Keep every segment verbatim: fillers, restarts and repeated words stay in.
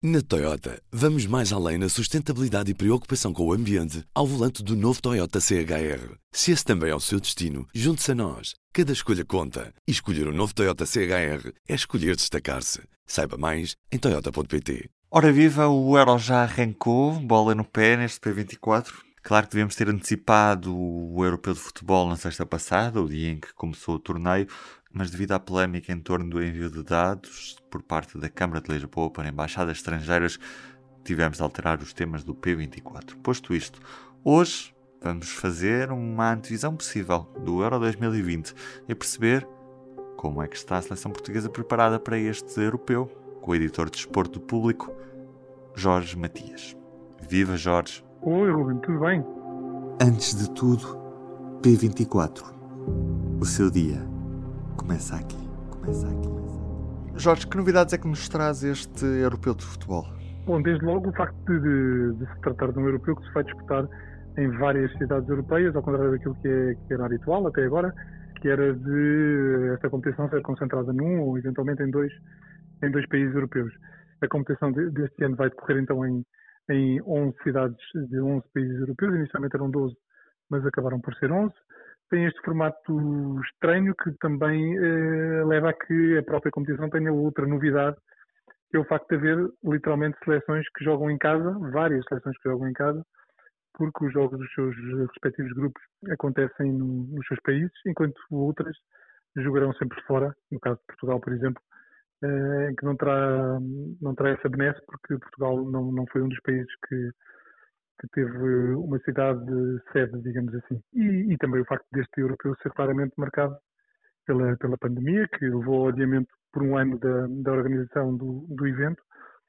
Na Toyota, vamos mais além na sustentabilidade e preocupação com o ambiente ao volante do novo Toyota C H R. Se esse também é o seu destino, junte-se a nós. Cada escolha conta. E escolher o novo Toyota C H R é escolher destacar-se. Saiba mais em toyota ponto pt. Ora viva, o Euro já arrancou, bola no pé neste P vinte e quatro. Claro que devíamos ter antecipado o Europeu de Futebol na sexta passada, o dia em que começou o torneio, mas devido à polémica em torno do envio de dados por parte da Câmara de Lisboa para embaixadas estrangeiras, tivemos de alterar os temas do P vinte e quatro. Posto isto, hoje vamos fazer uma antevisão possível do Euro dois mil e vinte e perceber como é que está a seleção portuguesa preparada para este europeu, com o editor de Desporto do Público, Jorge Matias. Viva, Jorge! Oi, Ruben, tudo bem? Antes de tudo, P vinte e quatro. O seu dia começa aqui. Começa aqui. Jorge, que novidades é que nos traz este europeu de futebol? Bom, desde logo o facto de, de se tratar de um europeu que se vai disputar em várias cidades europeias, ao contrário daquilo que, é, que era habitual até agora, que era de esta competição ser concentrada num ou eventualmente em dois, em dois países europeus. A competição de, deste ano vai decorrer então em em onze cidades de onze países europeus, inicialmente eram doze, mas acabaram por ser onze. Tem este formato estranho que também eh, leva a que a própria competição tenha outra novidade, que é o facto de haver literalmente seleções que jogam em casa, várias seleções que jogam em casa, porque os jogos dos seus respectivos grupos acontecem no, nos seus países, enquanto outras jogarão sempre fora, no caso de Portugal, por exemplo, em que não terá, não terá essa benesse, porque Portugal não, não foi um dos países que, que teve uma cidade sede, digamos assim. E, e também o facto deste europeu ser claramente marcado pela, pela pandemia, que levou ao adiamento por um ano da, da organização do, do evento,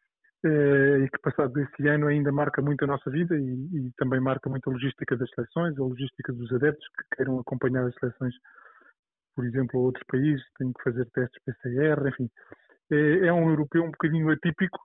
eh, e que passado esse ano ainda marca muito a nossa vida e, e também marca muito a logística das seleções, a logística dos adeptos que queiram acompanhar as seleções, por exemplo, a outros países, têm que fazer testes P C R, enfim. É, é um europeu um bocadinho atípico.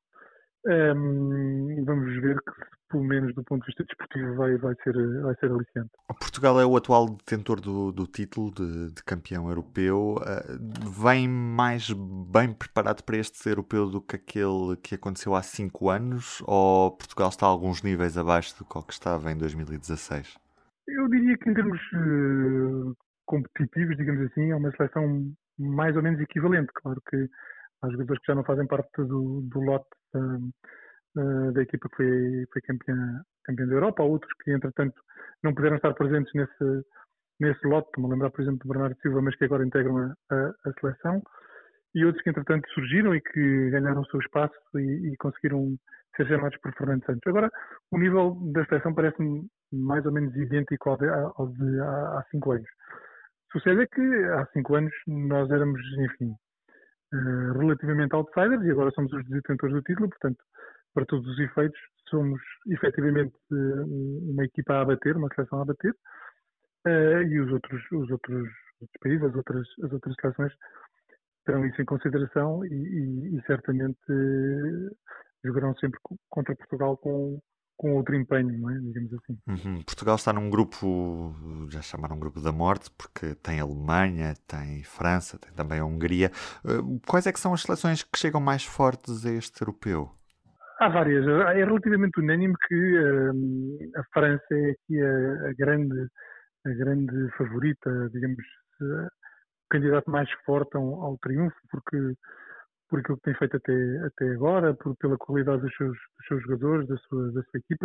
Um, vamos ver que, pelo menos do ponto de vista desportivo, vai, vai, ser, vai ser aliciante. Portugal é o atual detentor do, do título de, de campeão europeu. Uh, vem mais bem preparado para este europeu do que aquele que aconteceu há cinco anos? Ou Portugal está a alguns níveis abaixo do que estava em dois mil e dezasseis? Eu diria que em termos uh, competitivos, digamos assim, é uma seleção mais ou menos equivalente. Claro que há jogadores que já não fazem parte do, do lote uh, uh, da equipa que foi, foi campeã, campeã da Europa, há outros que, entretanto, não puderam estar presentes nesse, nesse lote, como lembrar, por exemplo, do Bernardo Silva, mas que agora integram a, a, a seleção, e outros que, entretanto, surgiram e que ganharam o seu espaço e, e conseguiram ser chamados por Fernando Santos. Agora, o nível da seleção parece-me mais ou menos idêntico ao de, ao de há, há cinco anos. Sucede é que há cinco anos nós éramos, enfim, Uh, relativamente outsiders, e agora somos os detentores do título, portanto, para todos os efeitos, somos efetivamente uh, uma equipa a bater, uma seleção a bater, uh, e os outros, os outros, outros países, as outras, as outras seleções terão isso em consideração e, e, e certamente uh, jogarão sempre contra Portugal com, com outro empenho, não é? Digamos assim. Uhum. Portugal está num grupo, já chamaram grupo da morte, porque tem a Alemanha, tem França, tem também a Hungria. Quais é que são as seleções que chegam mais fortes a este europeu? Há várias. É relativamente unânime que um, a França é aqui a, a, grande, a grande favorita, digamos, o candidato mais forte ao, ao triunfo, porque por aquilo que tem feito até, até agora, por, pela qualidade dos seus, dos seus jogadores, da sua, da sua equipa.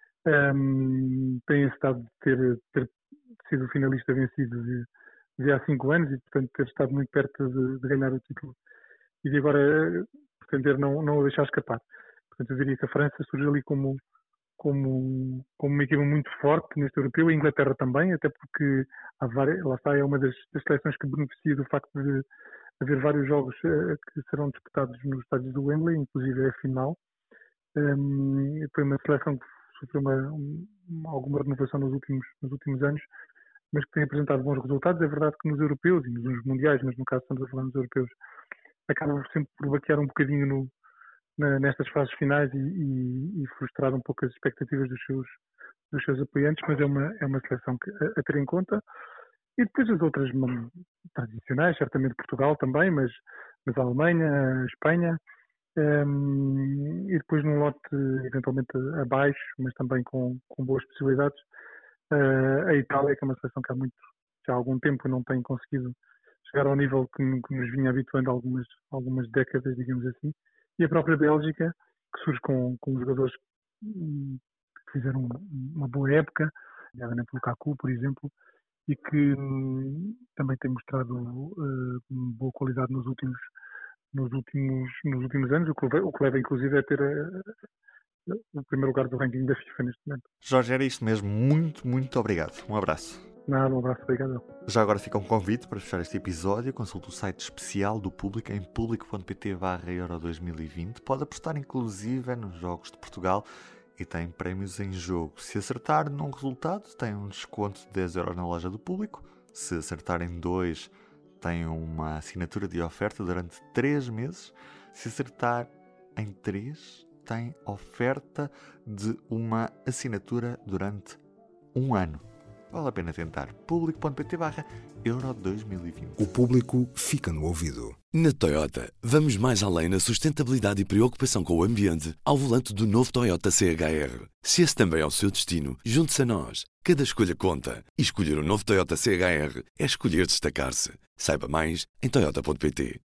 Um, tem esse estado de ter, ter sido finalista vencido de, de há cinco anos e, portanto, ter estado muito perto de, de ganhar o título e de agora pretender não, não o deixar escapar. Portanto, eu diria que a França surge ali como, como, como uma equipa muito forte neste europeu, a Inglaterra também, até porque há várias, lá está, é uma das, das seleções que beneficia do facto de haver vários jogos uh, que serão disputados nos estádios do Wembley, inclusive a final. Um, foi uma seleção que sofreu uma, uma, alguma renovação nos últimos, nos últimos anos, mas que tem apresentado bons resultados. É verdade que nos europeus e nos mundiais, mas no caso estamos a falar nos europeus, acabam sempre por baquear um bocadinho no, na, nestas fases finais e, e, e frustrar um pouco as expectativas dos seus, dos seus apoiantes, mas é uma, é uma seleção que, a, a ter em conta. E depois as outras tradicionais, certamente Portugal também, mas, mas a Alemanha, a Espanha, Um, e depois num lote eventualmente abaixo, mas também com, com boas possibilidades, uh, a Itália, que é uma seleção que há muito, já há algum tempo não tem conseguido chegar ao nível que, que nos vinha habituando há algumas, algumas décadas, digamos assim, e a própria Bélgica, que surge com, com jogadores que fizeram uma boa época, nomeadamente o Lukaku, por exemplo, e que hum, também tem mostrado uh, boa qualidade nos últimos, nos últimos, nos últimos anos, o que, leva, o que leva inclusive a ter uh, o primeiro lugar do ranking da FIFA neste momento. Jorge, era isto mesmo. Muito, muito obrigado. Um abraço. Nada, um abraço, obrigado. Já agora fica um convite para fechar este episódio. Consulte o site especial do Público em público.pt barra Euro dois mil e vinte. Pode apostar inclusive nos jogos de Portugal e tem prémios em jogo. Se acertar num resultado, tem um desconto de dez euros na loja do Público. Se acertar em dois, tem uma assinatura de oferta durante três meses. Se acertar em três, tem oferta de uma assinatura durante um ano. Vale a pena tentar. Público.pt barra Euro dois mil e vinte. O Público fica no ouvido. Na Toyota, vamos mais além na sustentabilidade e preocupação com o ambiente ao volante do novo Toyota C H R. Se esse também é o seu destino, junte-se a nós. Cada escolha conta. E escolher o novo Toyota C H R é escolher destacar-se. Saiba mais em toyota ponto pt.